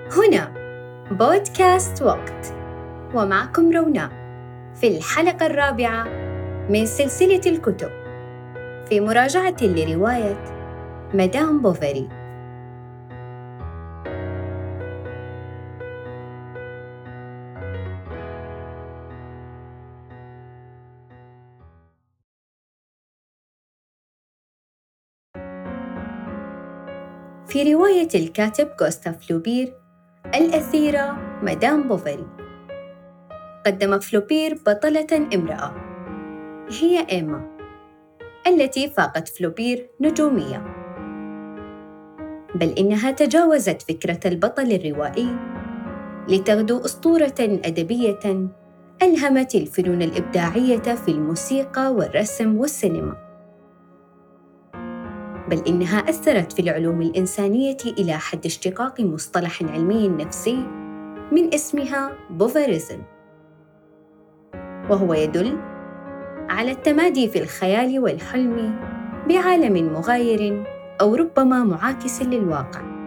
هنا بودكاست وقت، ومعكم روناء في الحلقة الرابعة من سلسلة الكتب في مراجعة لرواية مدام بوفري. في رواية الكاتب غوستاف فلوبير الأثيرة مدام بوفري، قدم فلوبير بطلة امرأة هي إيما، التي فاقت فلوبير نجومية، بل إنها تجاوزت فكرة البطل الروائي لتغدو أسطورة أدبية ألهمت الفنون الإبداعية في الموسيقى والرسم والسينما، بل إنها أثرت في العلوم الإنسانية إلى حد اشتقاق مصطلح علمي نفسي من اسمها بوفريزم، وهو يدل على التمادي في الخيال والحلم بعالم مغاير أو ربما معاكس للواقع.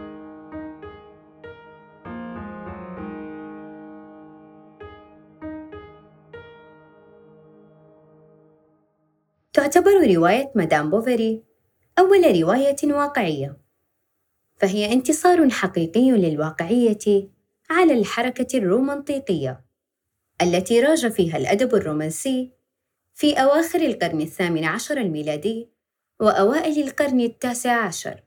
تعتبر رواية مدام بوفري أول رواية واقعية، فهي انتصار حقيقي للواقعية على الحركة الرومانطيقية التي راج فيها الأدب الرومانسي في أواخر القرن الثامن عشر الميلادي وأوائل القرن التاسع عشر.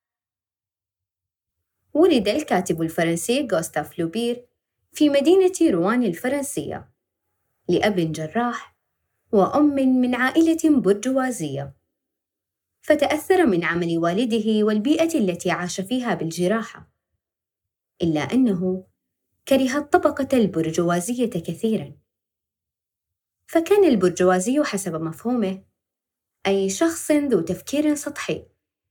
ولد الكاتب الفرنسي غوستاف فلوبير في مدينة روان الفرنسية لأب جراح وأم من عائلة برجوازية، فتأثر من عمل والده والبيئة التي عاش فيها بالجراحة، إلا أنه كره الطبقة البرجوازية كثيراً، فكان البرجوازي حسب مفهومه أي شخص ذو تفكير سطحي.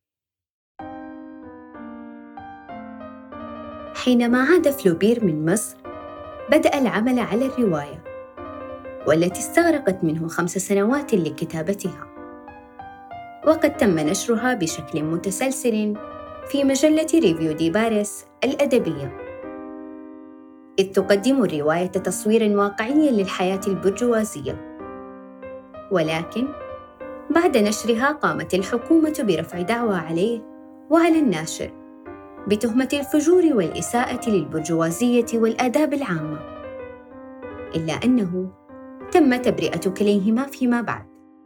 حينما عاد فلوبير من مصر بدأ العمل على الرواية، والتي استغرقت منه 5 سنوات لكتابتها، وقد تم نشرها بشكل متسلسل في مجلة ريفيو دي باريس الأدبية، إذ تقدم الرواية تصويراً واقعياً للحياة البرجوازية. ولكن بعد نشرها قامت الحكومة برفع دعوى عليه وعلى الناشر بتهمة الفجور والإساءة للبرجوازية والآداب العامة، إلا أنه تم تبرئة كليهما فيما بعد.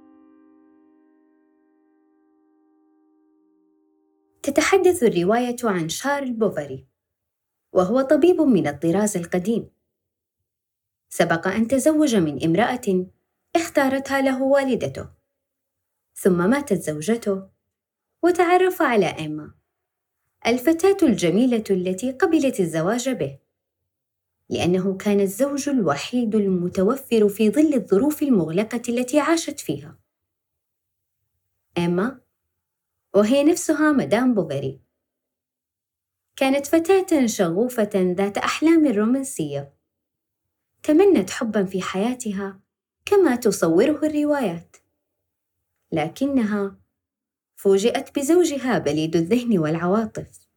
تتحدث الرواية عن شارل بوفري، وهو طبيب من الطراز القديم، سبق أن تزوج من امرأة اختارتها له والدته، ثم ماتت زوجته وتعرف على إيما، الفتاة الجميلة التي قبلت الزواج به، لأنه كان الزوج الوحيد المتوفر في ظل الظروف المغلقة التي عاشت فيها. إيما، وهي نفسها مدام بوفري، كانت فتاة شغوفة ذات أحلام رومانسية، تمنت حباً في حياتها كما تصوره الروايات، لكنها فوجئت بزوجها بليد الذهن والعواطف.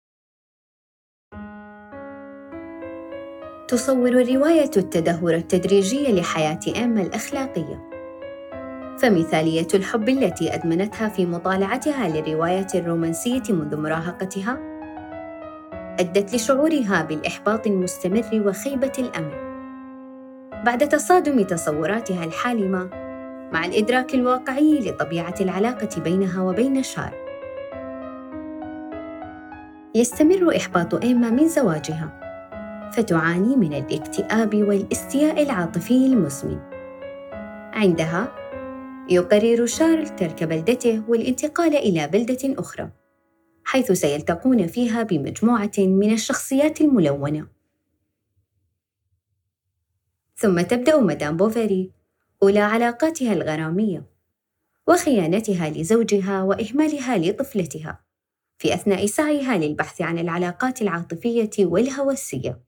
تصور الرواية التدهور التدريجي لحياة إيما الأخلاقية، فمثالية الحب التي أدمنتها في مطالعتها للرواية الرومانسية منذ مراهقتها أدت لشعورها بالإحباط المستمر وخيبة الأمل بعد تصادم تصوراتها الحالمة مع الإدراك الواقعي لطبيعة العلاقة بينها وبين شارل. يستمر إحباط إيما من زواجها، فتعاني من الاكتئاب والاستياء العاطفي المزمن. عندها يقرر شارل ترك بلدته والانتقال إلى بلدة أخرى، حيث سيلتقون فيها بمجموعة من الشخصيات الملونة. ثم تبدأ مدام بوفري أولى علاقاتها الغرامية وخيانتها لزوجها وإهمالها لطفلتها في أثناء سعيها للبحث عن العلاقات العاطفية والهوسية.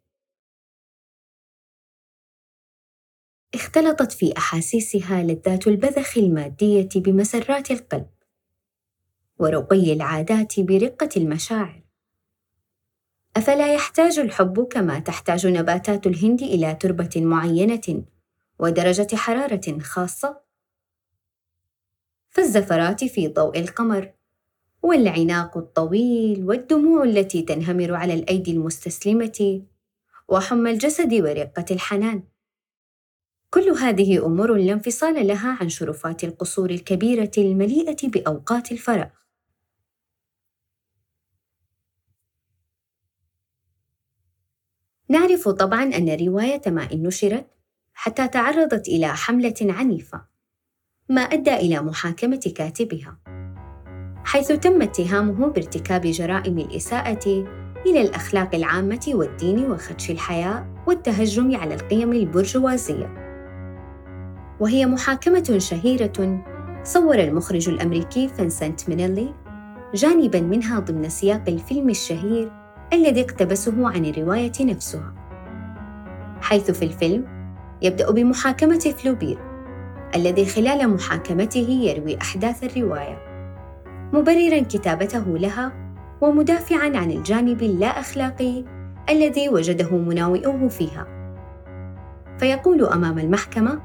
اختلطت في أحاسيسها لذات البذخ المادية بمسرات القلب، ورقي العادات برقة المشاعر. أفلا يحتاج الحب كما تحتاج نباتات الهند إلى تربة معينة ودرجة حرارة خاصة؟ فالزفرات في ضوء القمر، والعناق الطويل، والدموع التي تنهمر على الأيدي المستسلمة، وحمى الجسد ورقة الحنان، كل هذه أمور لا انفصال لها عن شرفات القصور الكبيرة المليئة بأوقات الفراغ. نعرف طبعاً أن رواية ما إن نشرت حتى تعرضت إلى حملة عنيفة، ما أدى إلى محاكمة كاتبها، حيث تم اتهامه بارتكاب جرائم الإساءة إلى الأخلاق العامة والدين وخدش الحياء والتهجم على القيم البرجوازية. وهي محاكمة شهيرة صور المخرج الأمريكي فينسنت مينيلي جانباً منها ضمن سياق الفيلم الشهير الذي اقتبسه عن الرواية نفسها، حيث في الفيلم يبدأ بمحاكمة فلوبير الذي خلال محاكمته يروي أحداث الرواية، مبرراً كتابته لها ومدافعاً عن الجانب اللا أخلاقي الذي وجده مناوئوه فيها، فيقول أمام المحكمة: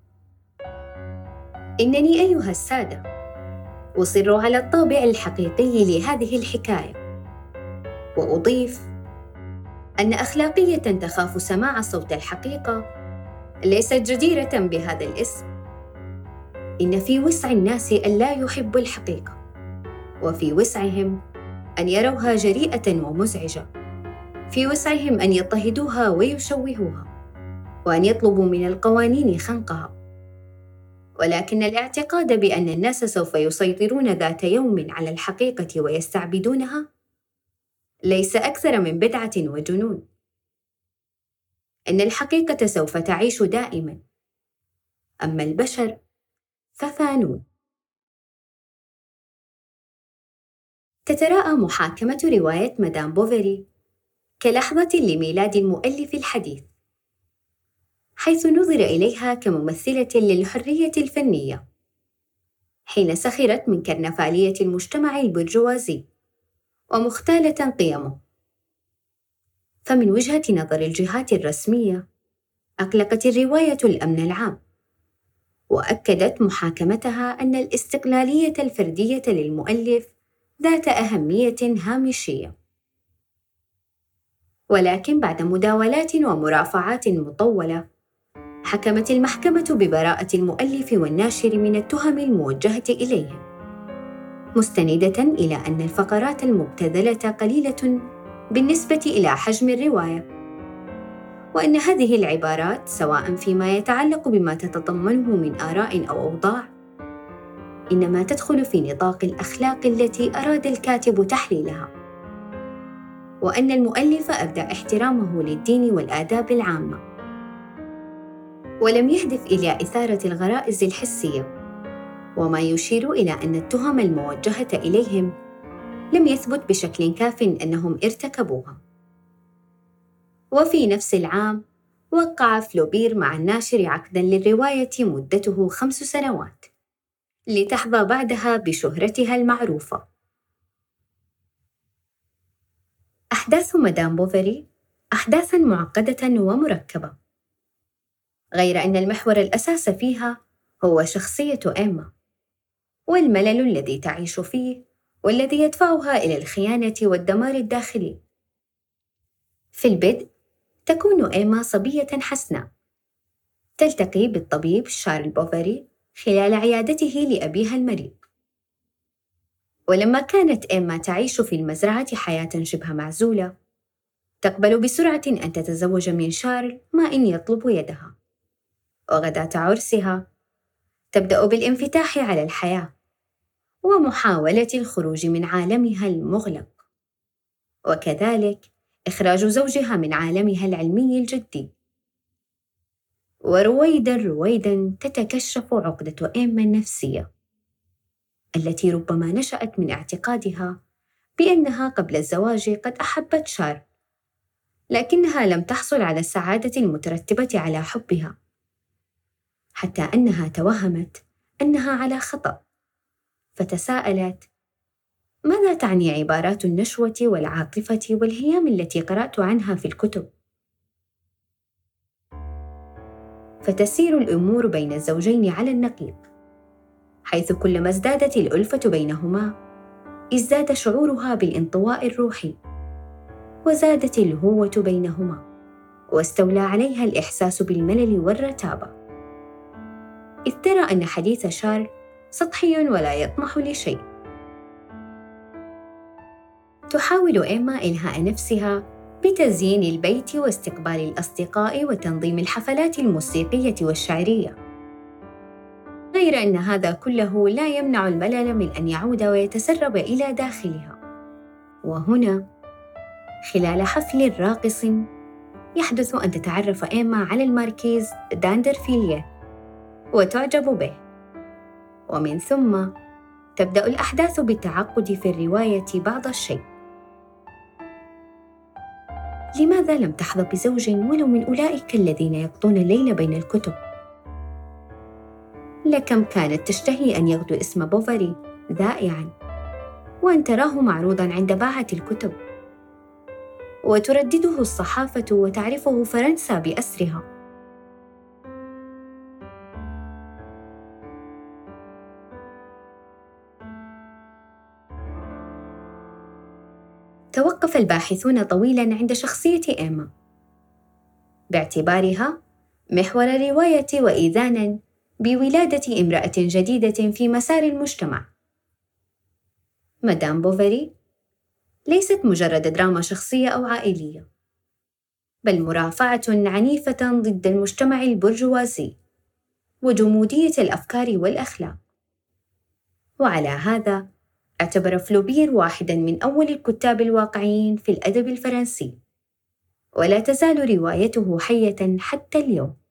إنني أيها السادة أصر على الطابع الحقيقي لهذه الحكاية، وأضيف أن أخلاقية تخاف سماع صوت الحقيقة ليست جديرة بهذا الاسم. إن في وسع الناس أن لا يحبوا الحقيقة، وفي وسعهم أن يروها جريئة ومزعجة، في وسعهم أن يضطهدوها ويشوهوها، وأن يطلبوا من القوانين خنقها. ولكن الاعتقاد بأن الناس سوف يسيطرون ذات يوم على الحقيقة ويستعبدونها ليس أكثر من بدعة وجنون. إن الحقيقة سوف تعيش دائماً، أما البشر ففانون. تتراءى محاكمة رواية مدام بوفري كلحظة لميلاد المؤلف الحديث، حيث نظر إليها كممثلة للحرية الفنية، حين سخرت من كرنفالية المجتمع البرجوازي ومختالة قيمه. فمن وجهة نظر الجهات الرسمية، أقلقت الرواية الأمن العام، وأكدت محاكمتها أن الاستقلالية الفردية للمؤلف ذات أهمية هامشية. ولكن بعد مداولات ومرافعات مطولة، حكمت المحكمة ببراءة المؤلف والناشر من التهم الموجهة إليهم، مستندة إلى أن الفقرات المبتذلة قليلة بالنسبة إلى حجم الرواية، وأن هذه العبارات سواء فيما يتعلق بما تتضمنه من آراء أو أوضاع إنما تدخل في نطاق الأخلاق التي أراد الكاتب تحليلها، وأن المؤلف أبدى احترامه للدين والآداب العامة، ولم يهدف إلى إثارة الغرائز الحسية، وما يشير إلى أن التهم الموجهة إليهم لم يثبت بشكل كاف أنهم ارتكبوها. وفي نفس العام وقع فلوبير مع الناشر عقداً للرواية مدته 5 سنوات، لتحظى بعدها بشهرتها المعروفة. أحداث مدام بوفري أحداثاً معقدة ومركبة، غير أن المحور الأساس فيها هو شخصية إيما، والملل الذي تعيش فيه والذي يدفعها إلى الخيانة والدمار الداخلي. في البدء تكون إيما صبية حسناء، تلتقي بالطبيب شارل بوفري خلال عيادته لأبيها المريض. ولما كانت إيما تعيش في المزرعة حياة شبه معزولة، تقبل بسرعة أن تتزوج من شارل ما إن يطلب يدها. وغداة عرسها تبدأ بالانفتاح على الحياة ومحاولة الخروج من عالمها المغلق، وكذلك إخراج زوجها من عالمها العلمي الجدي. ورويداً تتكشف عقدة إيما النفسية التي ربما نشأت من اعتقادها بأنها قبل الزواج قد أحبت شارل، لكنها لم تحصل على السعادة المترتبة على حبها، حتى أنها توهمت أنها على خطأ، فتساءلت: ماذا تعني عبارات النشوة والعاطفة والهيام التي قرأت عنها في الكتب؟ فتسير الأمور بين الزوجين على النقيض، حيث كلما ازدادت الألفة بينهما ازداد شعورها بالانطواء الروحي، وزادت الهوة بينهما، واستولى عليها الإحساس بالملل والرتابة، إذ ترى أن حديث شارل سطحي ولا يطمح لشيء. تحاول إيما إلهاء نفسها بتزيين البيت واستقبال الأصدقاء وتنظيم الحفلات الموسيقية والشعرية، غير أن هذا كله لا يمنع الملل من أن يعود ويتسرب إلى داخلها. وهنا خلال حفل راقص يحدث أن تتعرف إيما على الماركيز داندرفيليه وتعجب به، ومن ثم تبدأ الأحداث بالتعقد في الرواية بعض الشيء. لماذا لم تحظى بزوج ولو من أولئك الذين يقضون الليل بين الكتب؟ لكم كانت تشتهي أن يغدو اسم بوفاري ذائعاً، وأن تراه معروضاً عند باعة الكتب، وتردده الصحافة وتعرفه فرنسا بأسرها. توقف الباحثون طويلاً عند شخصية إيما باعتبارها محور الرواية وإذاناً بولادة امرأة جديدة في مسار المجتمع. مدام بوفاري ليست مجرد دراما شخصية أو عائلية، بل مرافعة عنيفة ضد المجتمع البرجوازي وجمودية الأفكار والأخلاق. وعلى هذا اعتبر فلوبير واحداً من أول الكتاب الواقعيين في الأدب الفرنسي، ولا تزال روايته حية حتى اليوم.